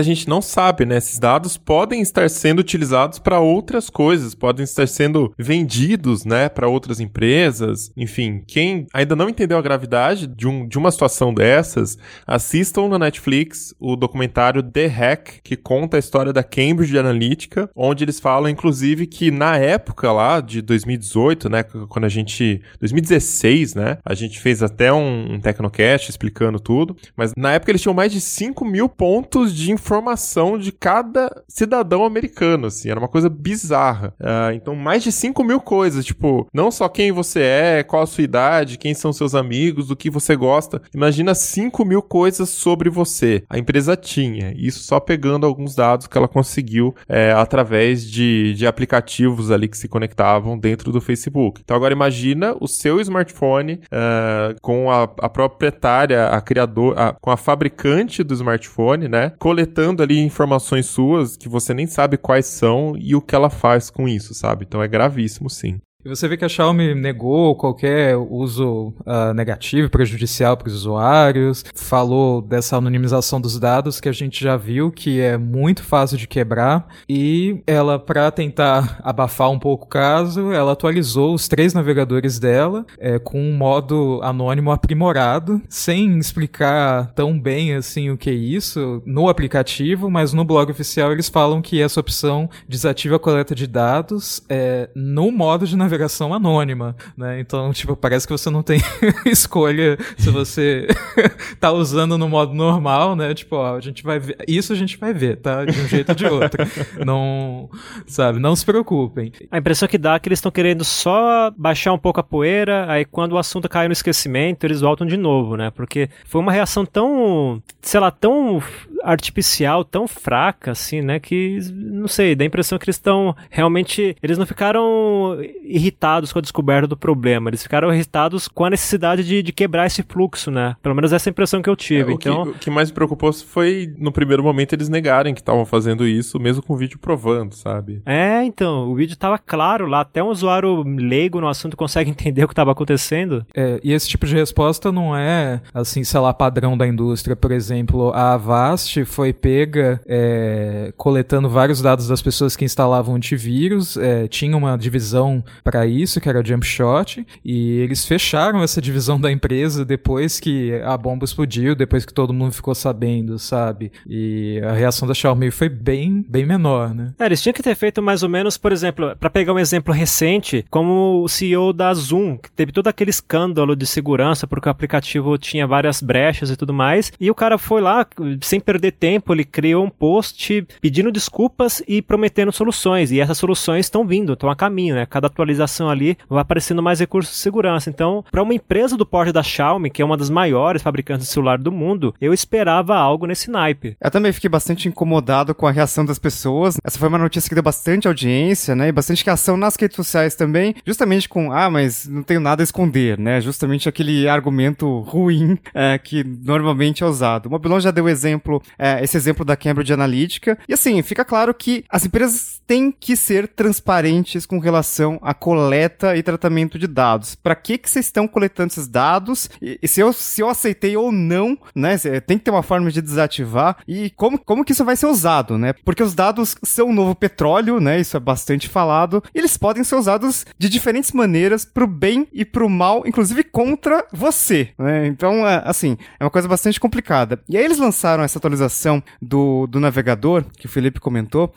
gente não sabe, né? Esses dados podem estar sendo utilizados para outras coisas, podem estar sendo vendidos, né, para outras empresas. Enfim, quem ainda não entendeu a gravidade de, um, de uma situação dessas, assistam na Netflix o documentário The Hack, que conta a história da Cambridge Analytica, onde eles falam, inclusive, que na época lá de dois mil e dezoito, né, quando a gente... dois mil e dezesseis, né, a gente fez até um, um Tecnocast explicando tudo, mas na época eles tinham mais de cinco mil pontos de informação de cada cidadão americano, assim, era uma coisa bizarra. Uh, então, mais de cinco mil coisas, tipo, não só quem você é, qual a sua idade, quem são seus amigos, do que você gosta. Imagina cinco mil coisas sobre você. A empresa tinha, isso só pegando alguns dados que ela conseguiu é, através de, de aplicativos ali que se conectavam dentro do Facebook. Então, agora imagina o seu smartphone uh, com a, a proprietária, a criadora, com a fabricante do smartphone, né, coletando ali informações suas que você nem sabe quais são e o que ela faz com isso, sabe? Então é gravíssimo, sim. E você vê que a Xiaomi negou qualquer uso uh, negativo e prejudicial para os usuários, falou dessa anonimização dos dados que a gente já viu que é muito fácil de quebrar, e ela, para tentar abafar um pouco o caso, ela atualizou os três navegadores dela é, com um modo anônimo aprimorado, sem explicar tão bem assim o que é isso no aplicativo, mas no blog oficial eles falam que essa opção desativa a coleta de dados é, no modo de navegação navegação anônima, né? Então, tipo, parece que você não tem escolha se você tá usando no modo normal, né? Tipo, ó, a gente vai ver, isso a gente vai ver, tá? De um jeito ou de outro. Não, sabe? Não se preocupem. A impressão que dá é que eles estão querendo só baixar um pouco a poeira, aí quando o assunto cai no esquecimento, eles voltam de novo, né? Porque foi uma reação tão, sei lá, tão artificial, tão fraca, assim, né? Que, não sei, dá a impressão que eles estão realmente, eles não ficaram irritados com a descoberta do problema, eles ficaram irritados com a necessidade de, de quebrar esse fluxo, né? Pelo menos essa é a impressão que eu tive. É, o, então... que, o que mais me preocupou foi, no primeiro momento, eles negarem que estavam fazendo isso, mesmo com o vídeo provando, sabe? É, então, o vídeo tava claro lá, até um usuário leigo no assunto consegue entender o que estava acontecendo. É, e esse tipo de resposta não é, assim, sei lá, padrão da indústria. Por exemplo, a Avast foi pega é, coletando vários dados das pessoas que instalavam antivírus, é, tinha uma divisão para isso, que era o Jumpshot, e eles fecharam essa divisão da empresa depois que a bomba explodiu, depois que todo mundo ficou sabendo, sabe? E a reação da Xiaomi foi bem, bem menor, né? É, eles tinham que ter feito mais ou menos, por exemplo, para pegar um exemplo recente, como o C E O da Zoom, que teve todo aquele escândalo de segurança porque o aplicativo tinha várias brechas e tudo mais, e o cara foi lá, sem perder tempo, ele criou um post pedindo desculpas e prometendo soluções, e essas soluções estão vindo, estão a caminho, né? Cada atualização ali vai aparecendo mais recursos de segurança. Então, para uma empresa do porte da Xiaomi, que é uma das maiores fabricantes de celular do mundo, eu esperava algo nesse naipe. Eu também fiquei bastante incomodado com a reação das pessoas. Essa foi uma notícia que deu bastante audiência, né? E bastante reação nas redes sociais também, justamente com, ah, mas não tenho nada a esconder, né? Justamente aquele argumento ruim é, que normalmente é usado. O Mobilon já deu exemplo, é, esse exemplo da Cambridge Analytica. E assim, fica claro que as empresas têm que ser transparentes com relação à coleta e tratamento de dados. Para que que vocês estão coletando esses dados? E, e se, eu, se eu aceitei ou não, né? Tem que ter uma forma de desativar. E como, como que isso vai ser usado, né? Porque os dados são o novo petróleo, né? Isso é bastante falado. E eles podem ser usados de diferentes maneiras pro bem e pro mal, inclusive contra você, né? Então, é, assim, é uma coisa bastante complicada. E aí eles lançaram essa atualização do, do navegador, que o Felipe comentou,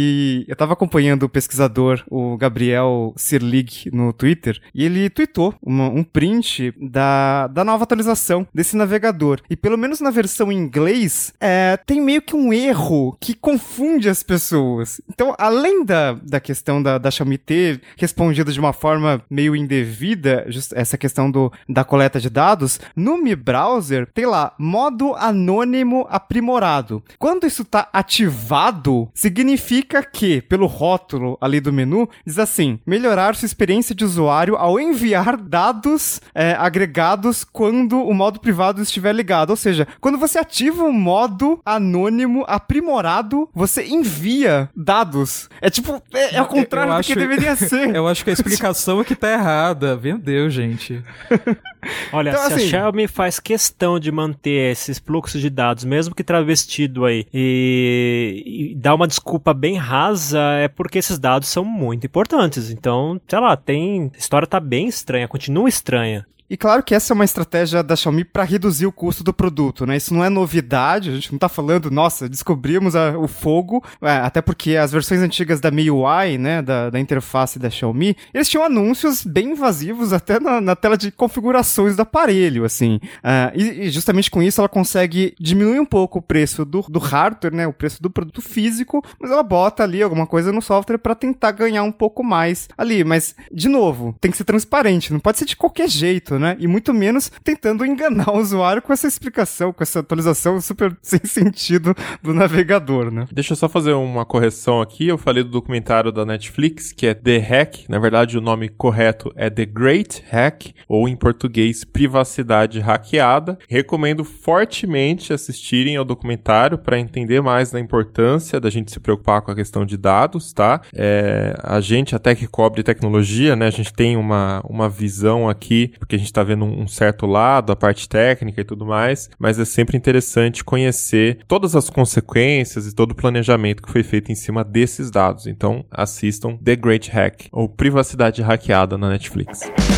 e eu tava acompanhando o pesquisador, o Gabriel Sirlig, no Twitter, e ele tweetou uma, um print da, da nova atualização desse navegador. E pelo menos na versão em inglês, é, tem meio que um erro que confunde as pessoas. Então, além da, da questão da, da Xiaomi ter respondido de uma forma meio indevida, just, essa questão do, da coleta de dados, no Mi Browser tem lá, modo anônimo aprimorado. Quando isso tá ativado, significa que, pelo rótulo ali do menu, diz assim, melhorar sua experiência de usuário ao enviar dados é, agregados quando o modo privado estiver ligado. Ou seja, quando você ativa o modo anônimo aprimorado, você envia dados. É tipo, é, é ao contrário do que deveria ser. Eu acho que a explicação é que tá errada. Meu Deus, gente. Olha, Então, se assim, a Xiaomi faz questão de manter esses fluxos de dados, mesmo que travestido aí, e, e dá uma desculpa bem rasa, é porque esses dados são muito importantes. Então, sei lá, tem... a história tá bem estranha, continua estranha. E claro que essa é uma estratégia da Xiaomi para reduzir o custo do produto, né? Isso não é novidade, a gente não tá falando, nossa, descobrimos a, o fogo, é, até porque as versões antigas da M I U I, né, da, da interface da Xiaomi, eles tinham anúncios bem invasivos até na, na tela de configurações do aparelho, assim. Uh, e, e justamente com isso ela consegue diminuir um pouco o preço do, do hardware, né, o preço do produto físico, mas ela bota ali alguma coisa no software para tentar ganhar um pouco mais ali. Mas, de novo, tem que ser transparente, não pode ser de qualquer jeito, né? E muito menos tentando enganar o usuário com essa explicação, com essa atualização super sem sentido do navegador, né? Deixa eu só fazer uma correção aqui. Eu falei do documentário da Netflix, que é The Hack. Na verdade, o nome correto é The Great Hack, ou em português, Privacidade Hackeada. Recomendo fortemente assistirem ao documentário para entender mais da importância da gente se preocupar com a questão de dados, tá? É, a gente, até que cobre tecnologia, né? A gente tem uma, uma visão aqui, porque a gente está vendo um certo lado, a parte técnica e tudo mais, mas é sempre interessante conhecer todas as consequências e todo o planejamento que foi feito em cima desses dados. Então, assistam The Great Hack, ou Privacidade Hackeada na Netflix.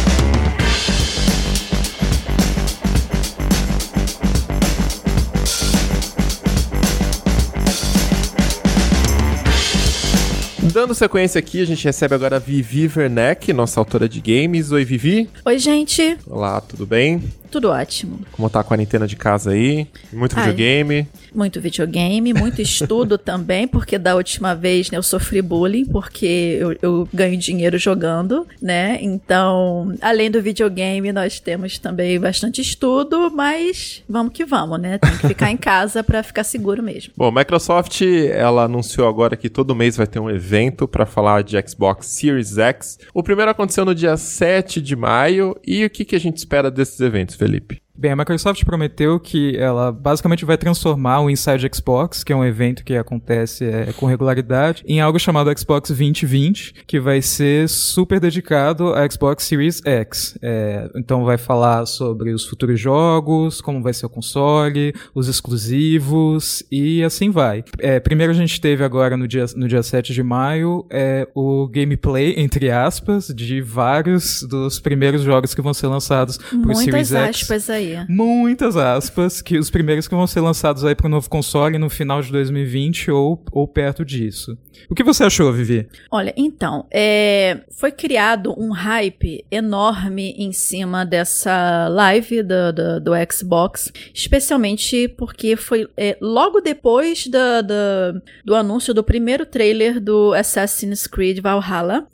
Dando sequência aqui, a gente recebe agora a Vivi Werneck, nossa autora de games. Oi, Vivi. Oi, gente. Olá, tudo bem? Tudo ótimo. Como tá a quarentena de casa aí? Muito Ai, videogame? Muito videogame, muito estudo também, porque da última vez, né, eu sofri bullying, porque eu, eu ganho dinheiro jogando, né? Então, além do videogame, nós temos também bastante estudo, mas vamos que vamos, né? Tem que ficar em casa pra ficar seguro mesmo. Bom, a Microsoft, ela anunciou agora que todo mês vai ter um evento pra falar de Xbox Series X. O primeiro aconteceu no dia sete de maio, e o que, que a gente espera desses eventos, Felipe? Bem, a Microsoft prometeu que ela basicamente vai transformar o Inside Xbox, que é um evento que acontece é, com regularidade, em algo chamado Xbox vinte vinte, que vai ser super dedicado a Xbox Series X. É, então vai falar sobre os futuros jogos, como vai ser o console, os exclusivos e assim vai. É, primeiro a gente teve agora no dia, no dia sete de maio é, o gameplay, entre aspas, de vários dos primeiros jogos que vão ser lançados pro Series X. Muitas aspas aí. Muitas aspas, que os primeiros que vão ser lançados aí pro novo console no final de dois mil e vinte ou, ou perto disso. O que você achou, Vivi? Olha, então, é, foi criado um hype enorme em cima dessa live do, do, do Xbox, especialmente porque foi é, logo depois da, da, do anúncio do primeiro trailer do Assassin's Creed Valhalla,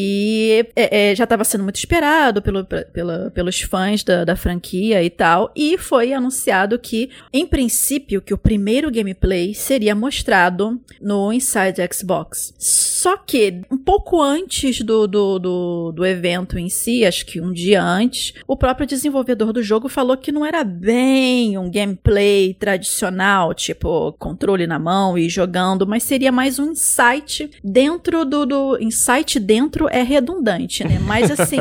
que é, é, já estava sendo muito esperado pelo, pela, pelos fãs da, da franquia e tal. E foi anunciado que, em princípio, que o primeiro gameplay seria mostrado no Inside Xbox. Só que, um pouco antes do, do, do, do evento em si, acho que um dia antes, o próprio desenvolvedor do jogo falou que não era bem um gameplay tradicional, tipo, controle na mão e jogando, mas seria mais um insight dentro do... do insight dentro é redundante, né? Mas, assim,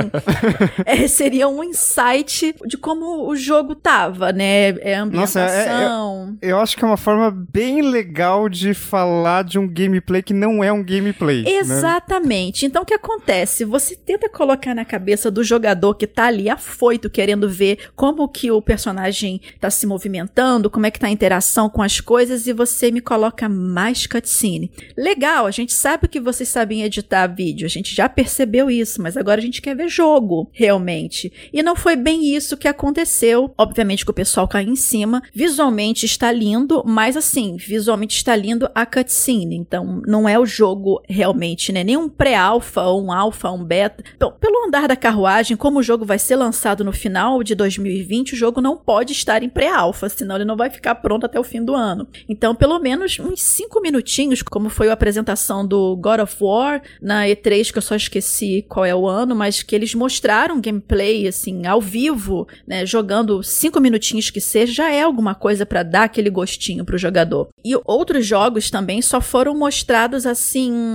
é, seria um insight de como o jogo tava, né? É ambientação. Nossa, é, é, eu, eu acho que é uma forma bem legal de falar de um gameplay que não é um gameplay. Exatamente. Né? Então, o que acontece? Você tenta colocar na cabeça do jogador que tá ali afoito, querendo ver como que o personagem tá se movimentando, como é que tá a interação com as coisas, e você me coloca mais cutscene. Legal, a gente sabe que vocês sabem editar vídeo, a gente já percebeu isso, mas agora a gente quer ver jogo, realmente. E não foi bem isso que aconteceu. Obviamente que o pessoal cai em cima. Visualmente está lindo, mas assim, visualmente está lindo a cutscene. Então, não é o jogo realmente, né? Nem um pré-alpha, ou um alpha, um beta. Então, pelo andar da carruagem, como o jogo vai ser lançado no final de dois mil e vinte, o jogo não pode estar em pré-alpha, senão ele não vai ficar pronto até o fim do ano. Então, pelo menos uns cinco minutinhos, como foi a apresentação do God of War na E três, que eu só esqueci qual é o ano, mas que eles mostraram gameplay, assim, ao vivo, né? Jogando cinco minutinhos que seja, já é alguma coisa pra dar aquele gostinho pro jogador. E outros jogos também só foram mostrados assim,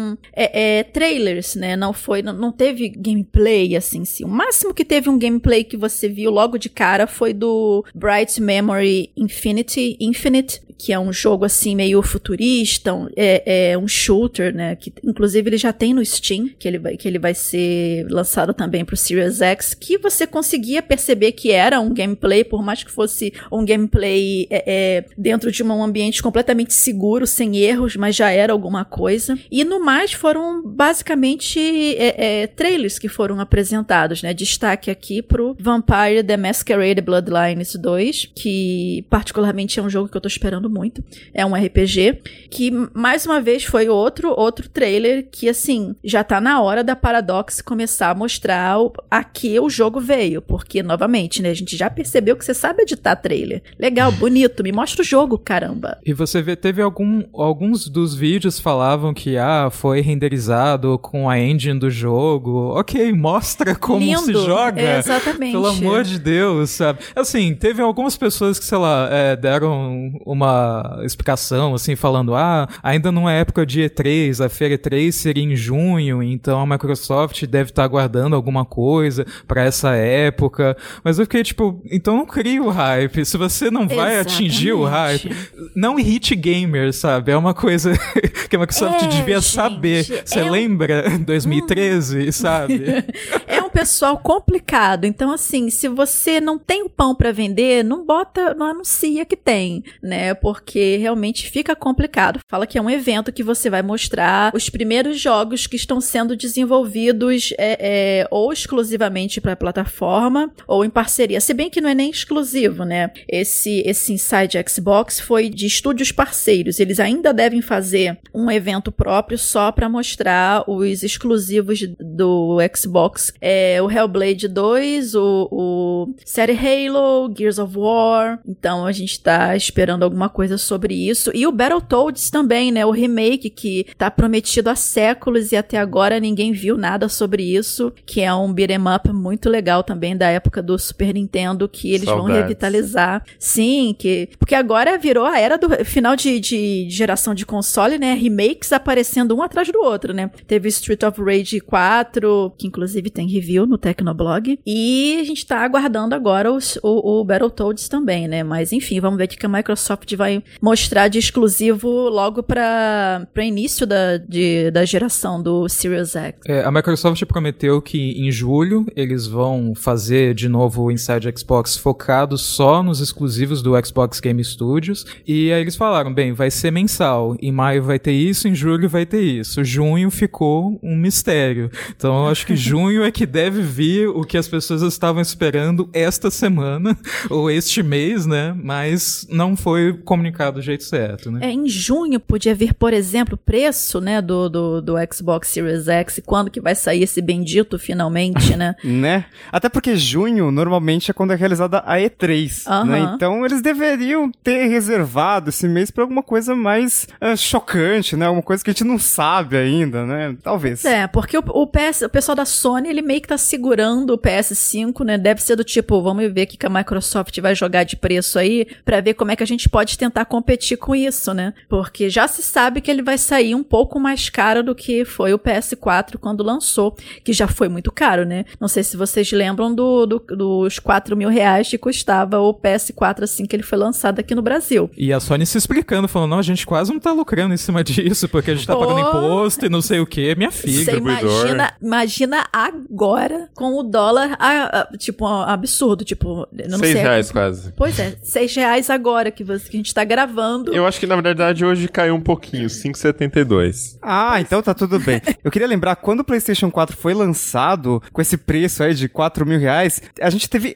foram é, é, trailers, né? Não foi, não, não teve gameplay, assim, sim. O máximo que teve um gameplay que você viu logo de cara foi do Bright Memory Infinity, Infinite, que é um jogo, assim, meio futurista, um, é, é um shooter, né? Que, inclusive, ele já tem no Steam, que ele vai, que ele vai ser lançado também pro Series X, que você conseguia perceber que era um gameplay, por mais que fosse um gameplay é, é, dentro de um ambiente completamente seguro, sem erros, mas já era alguma coisa. E no mais foram basicamente é, é, trailers que foram apresentados, né? Destaque aqui pro Vampire The Masquerade Bloodlines dois, que particularmente é um jogo que eu tô esperando muito. É um R P G, que mais uma vez foi outro, outro trailer que, assim, já tá na hora da Paradox começar a mostrar o, a que o jogo veio, porque, novamente, né, a gente já percebeu que você sabe editar trailer. Legal, bonito, me mostra o jogo, caramba. E você vê, teve algum, alguns dos vídeos falavam que, ah, foi renderizado com a engine do jogo. Ok, mostra como Lindo. se joga. É, exatamente. Pelo amor de Deus, sabe? Assim, teve algumas pessoas que, sei lá, é, deram uma explicação, assim, falando, ah, ainda não é época de E três, a feira E três seria em junho, então a Microsoft deve estar aguardando alguma coisa pra essa época. Mas eu fiquei, tipo, então não cria o hype. Se você não vai Exatamente. atingir o hype, não irrite gamers, sabe? É uma coisa que a Microsoft É, devia gente, saber. Você é um- lembra? dois mil e treze, Hum. sabe? É um pessoal complicado, então assim, se você não tem o pão pra vender, não bota, não anuncia que tem, né, porque realmente fica complicado. Fala que é um evento que você vai mostrar os primeiros jogos que estão sendo desenvolvidos é, é, ou exclusivamente pra plataforma ou em parceria, se bem que não é nem exclusivo, né, esse, esse Inside Xbox foi de estúdios parceiros, eles ainda devem fazer um evento próprio só pra mostrar os exclusivos do Xbox, é, o Hellblade dois, o, o série Halo, Gears of War, então a gente tá esperando alguma coisa sobre isso, e o Battletoads também, né, o remake que tá prometido há séculos e até agora ninguém viu nada sobre isso, que é um beat'em up muito legal também da época do Super Nintendo, que eles Saudades. vão revitalizar, sim, que, porque agora virou a era do final de, de geração de console, né, remakes aparecendo um atrás do outro, né, teve Street of Rage quatro, que inclusive tem review no Tecnoblog, e a gente tá aguardando agora os, o, o Battletoads também, né, mas enfim, vamos ver o que a Microsoft vai mostrar de exclusivo logo para para início da, de, da geração do Series X. É, a Microsoft prometeu que em julho eles vão fazer de novo o Inside Xbox focado só nos exclusivos do Xbox Game Studios, e aí eles falaram, bem, vai ser mensal, em maio vai ter isso, em julho vai ter isso, junho ficou um mistério, então eu acho que junho é que deve vir o que as pessoas estavam esperando esta semana, ou este mês, né, mas não foi comunicado do jeito certo, né. É, em junho podia vir, por exemplo, o preço, né, do, do, do Xbox Series X, quando que vai sair esse bendito finalmente, né? Né? Até porque junho, normalmente, é quando é realizada a E três, Aham. né? Então, eles deveriam ter reservado esse mês pra alguma coisa mais ah, chocante, né? Alguma coisa que a gente não sabe ainda, né? Talvez. É, porque o, o, P S, o pessoal da Sony, ele meio que tá segurando o P S cinco, né? Deve ser do tipo, vamos ver o que que a Microsoft vai jogar de preço aí, pra ver como é que a gente pode tentar competir com isso, né? Porque já se sabe que ele vai sair um pouco mais caro do que foi o P S quatro quando lançou, que já foi muito caro, né? Não sei se vocês lembram do, do, dos quatro mil reais que custava o P S quatro assim que ele foi lançado aqui no Brasil. E a Sony se explicando, falando, não, a gente quase não tá lucrando em cima disso, porque a gente tá Oh. pagando imposto e não sei o que, minha Você filha. imagina, imagina agora com o dólar, a, a, tipo, um absurdo, tipo, eu não Seis sei. reais quase. Pois é, seis reais agora que, você, que a gente tá gravando. Eu acho que, na verdade, hoje caiu um pouquinho, cinco e setenta e dois. Ah, então tá tudo bem. Eu queria lembrar, quando o PlayStation quatro foi lançado, com esse preço aí de quatro mil reais, a gente teve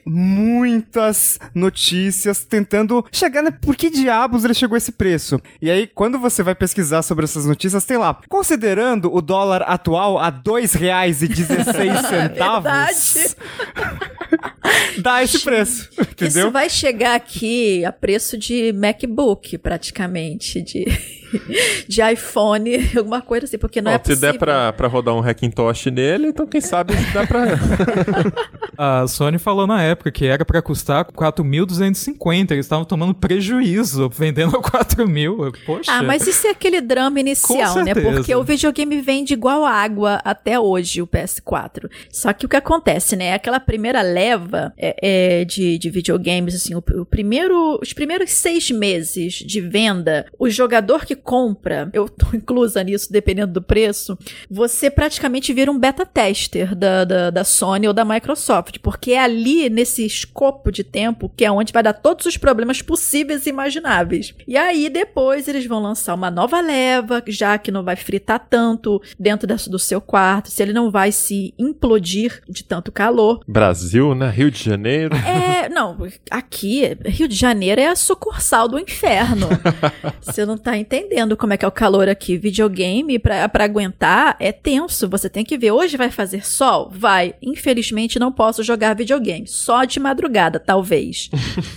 muitas notícias tentando chegar, né? Por que diabos ele chegou a esse preço? E aí, quando você vai pesquisar sobre essas notícias, tem lá, considerando o dólar atual a dois reais e dezesseis centavos... Verdade. dá esse preço, entendeu? Isso vai chegar aqui a preço de MacBook, praticamente, de, de iPhone, alguma coisa assim, porque não Bom, é possível. Se der pra, pra rodar um Hackintosh nele, então quem sabe dá pra... A Sony falou na época que era pra custar quatro mil duzentos e cinquenta, eles estavam tomando prejuízo vendendo a quatro mil, poxa. Ah, mas isso é aquele drama inicial, né? Porque o videogame vende igual água até hoje, o P S quatro. Só que o que acontece, né? Aquela primeira leva é, é, de, de videogames, assim, o, o primeiro, os primeiros seis meses de venda, o jogador que compra, eu tô inclusa nisso, dependendo do preço, você praticamente vira um beta tester da, da, da Sony ou da Microsoft, porque é ali, nesse escopo de tempo, que é onde vai dar todos os problemas possíveis e imagináveis. E aí, depois, eles vão lançar uma nova leva, já que não vai fritar tanto dentro da, do seu quarto, se ele não vai se implodir de tanto calor. Brasil, né? Rio de Janeiro. É, não, aqui, Rio de Janeiro é a sucursal do inferno. Você não tá entendendo como é que é o calor aqui. Videogame, pra, pra aguentar, é tenso. Você tem que ver, hoje vai fazer sol? Vai. Infelizmente, não posso jogar videogame. Só de madrugada, talvez.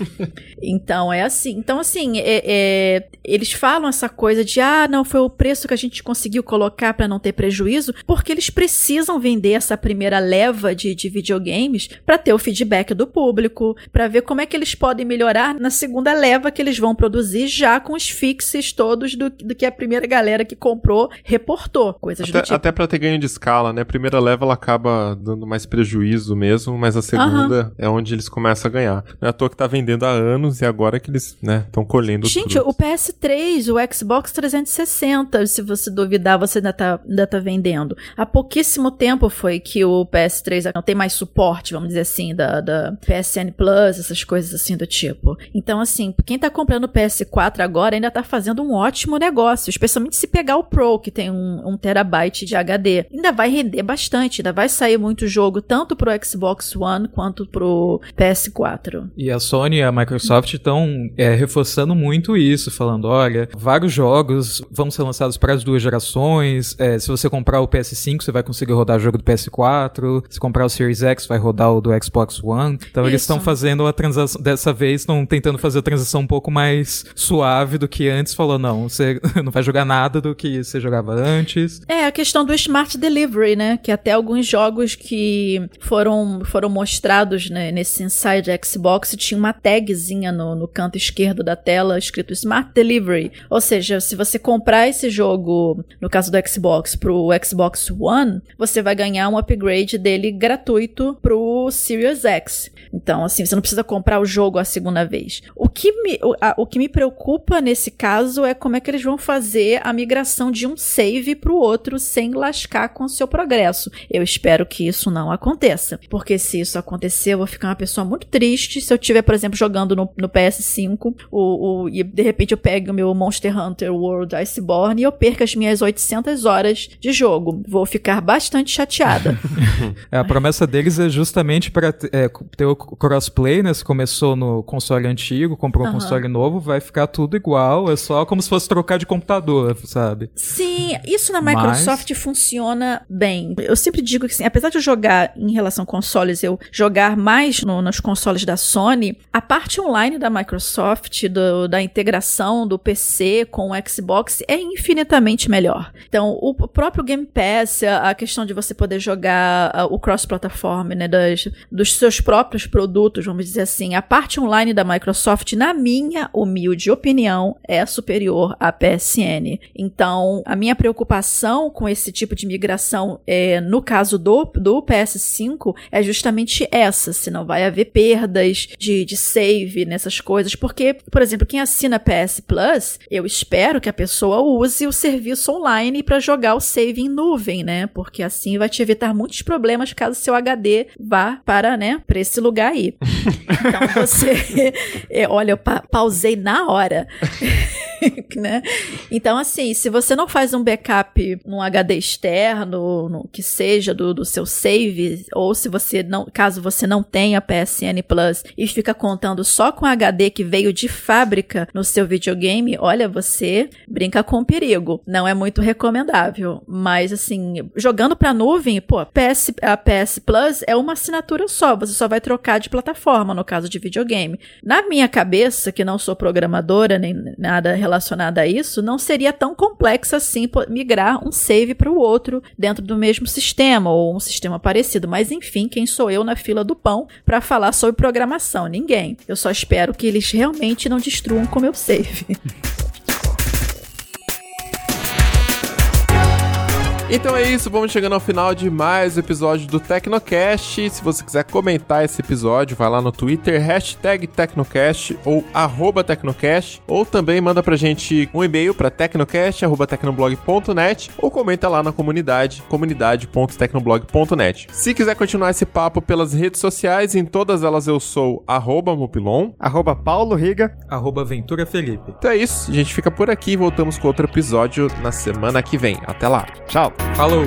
Então, é assim. Então, assim, é, é, eles falam essa coisa de, ah, não, foi o preço que a gente conseguiu colocar pra não ter prejuízo, porque eles precisam vender essa primeira leva de, de videogames pra ter o feedback do público, pra ver como é que eles podem melhorar na segunda leva que eles vão produzir, já com os fixes todos do, do que a primeira galera que comprou reportou. Coisas até, do tipo. Até pra ter ganho de escala, né? A primeira leva ela acaba dando mais prejuízo mesmo, mas a segunda uhum. é onde eles começam a ganhar. Não é à toa que tá vendendo há anos e agora que eles, né, estão colhendo os Gente, frutos. O P S três, o Xbox trezentos e sessenta, se você duvidar, você ainda tá, ainda tá vendendo. Há pouquíssimo tempo foi que o P S três não tem mais suporte, vamos dizer assim, da, da P S N Plus, essas coisas assim do tipo. Então, assim, quem tá comprando o P S quatro agora ainda tá fazendo um ótimo negócio, especialmente se pegar o Pro, que tem um, um terabyte de H D. Ainda vai render bastante, ainda vai sair muito jogo, tanto pro Xbox One quanto pro P S quatro. E a Sony e a Microsoft estão é, reforçando muito isso, falando, olha, vários jogos vão ser lançados para as duas gerações, é, se você comprar o P S cinco, você vai conseguir rodar o jogo do P S quatro, se comprar o Series X, vai rodar o do Xbox One. Então isso. Eles estão fazendo a transação, dessa vez estão tentando fazer a transição um pouco mais suave do que antes, falou, não, você não vai jogar nada do que você jogava antes. É, a questão do Smart Delivery, né, que até alguns jogos que foram, foram mostrados, né, nesse Inside Xbox, tinha uma tagzinha no, no canto esquerdo da tela escrito Smart Delivery, ou seja, se você comprar esse jogo, no caso do Xbox, pro Xbox One, você vai ganhar um upgrade dele gratuito pro Series X. Então, assim, você não precisa comprar o jogo a segunda vez. O que me, o, a, o que me preocupa nesse caso é como é que eles vão fazer a migração de um save pro outro sem lascar com o seu progresso. Eu espero que isso não aconteça, porque se isso acontecer, eu vou ficar uma pessoa muito triste se eu estiver, por exemplo, jogando no, no P S cinco o, o, e de repente eu pego o meu Monster Hunter World Iceborne e eu perco as minhas oitocentas horas de jogo. Vou ficar bastante chateada. A promessa deles é justamente para é, ter o crossplay, né? Se começou no console antigo, comprou um uhum. console novo, vai ficar tudo igual, é só como se fosse trocar de computador, sabe? Sim, isso na Microsoft Mas... funciona bem. Eu sempre digo que, assim, apesar de eu jogar em relação a consoles, eu jogar mais no, nos consoles da Sony, a parte online da Microsoft, do, da integração do P C com o Xbox é infinitamente melhor. Então, o próprio Game Pass, a, a questão de você poder jogar a, o cross-platform, né, das, dos seus próprios produtos, vamos dizer assim, a parte online da Microsoft, na minha humilde opinião, é superior à P S N. Então, a minha preocupação com esse tipo de migração, é, no caso do, do P S cinco, é justamente essa, se não vai haver perdas de, de save nessas coisas, porque, por exemplo, quem assina P S Plus, eu espero que a pessoa use o serviço online para jogar o save em nuvem, né, porque assim vai te evitar muitos problemas caso seu H D vá para, né, para esse lugar aí. Então você, é, olha, eu pa- pausei na hora. né? Então, assim, se você não faz um backup num H D externo, no que seja do, do seu save, ou se você não, caso você não tenha P S N Plus e fica contando só com H D que veio de fábrica no seu videogame, olha, você brinca com perigo. Não é muito recomendável, mas assim, jogando pra nuvem, pô, P S, a P S Plus é uma assinatura só, você só vai trocar de plataforma no caso de videogame. Na minha cabeça, que não sou programadora nem nada relacionado a isso, não seria tão complexo assim migrar um save para o outro dentro do mesmo sistema ou um sistema parecido, mas enfim, quem sou eu na fila do pão para falar sobre programação? Ninguém. Eu só espero que eles realmente não destruam com meu save. Então é isso, vamos chegando ao final de mais um episódio do Tecnocast. Se você quiser comentar esse episódio, vai lá no Twitter, hashtag Tecnocast ou arroba Tecnocast, ou também manda pra gente um e-mail pra tecnocast arroba tecnoblog ponto net ou comenta lá na comunidade, comunidade ponto tecnoblog ponto net. Se quiser continuar esse papo pelas redes sociais, em todas elas eu sou arroba Mupilon, arroba Paulo Riga, arroba Ventura Felipe. Então é isso, a gente fica por aqui e voltamos com outro episódio na semana que vem. Até lá. Tchau. Falou!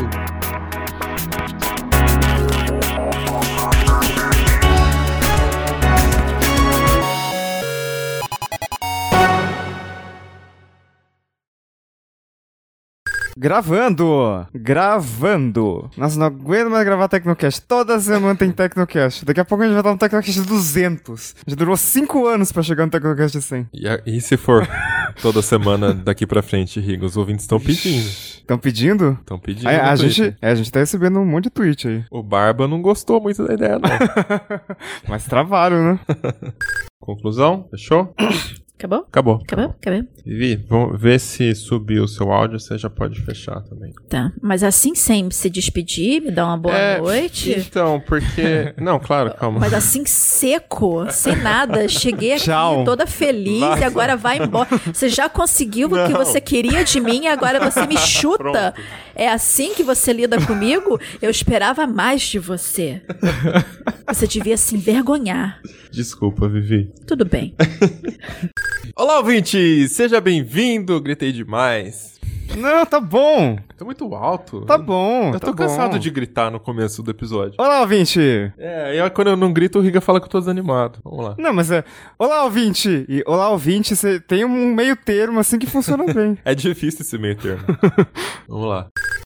Gravando! Gravando! Nossa, não aguento mais gravar Tecnocast. Toda semana tem Tecnocast. Daqui a pouco a gente vai estar no Tecnocast duzentos. Já durou cinco anos pra chegar no Tecnocast cem. E, a, e se for toda semana daqui pra frente, Riga? Os ouvintes estão pedindo. Estão pedindo? Estão pedindo. A, a, gente, é, a gente tá recebendo um monte de tweet aí. O Barba não gostou muito da ideia, não. Mas travaram, né? Conclusão? Fechou? Acabou? Acabou. Acabou? Acabou. Vivi, vamos ver se subiu o seu áudio, você já pode fechar também. Tá, mas assim sem se despedir, me dá uma boa é, noite. Então, porque... Não, claro, calma. Mas assim seco, sem nada, cheguei aqui Tchau. toda feliz Vai. e agora vai embora. Você já conseguiu o que Não. você queria de mim e agora você me chuta. Pronto. É assim que você lida comigo? Eu esperava mais de você. Você devia se envergonhar. Desculpa, Vivi. Tudo bem. Olá, ouvinte! Seja bem-vindo! Gritei demais. Não, tá bom. Tô muito alto. Tá bom. Eu tô tá cansado bom. de gritar no começo do episódio. Olá, ouvinte. É, e aí quando eu não grito, o Riga fala que eu tô desanimado. Vamos lá. Não, mas é... Olá, ouvinte. E olá, ouvinte, você tem um meio termo assim que funciona bem. É difícil esse meio termo. Vamos lá.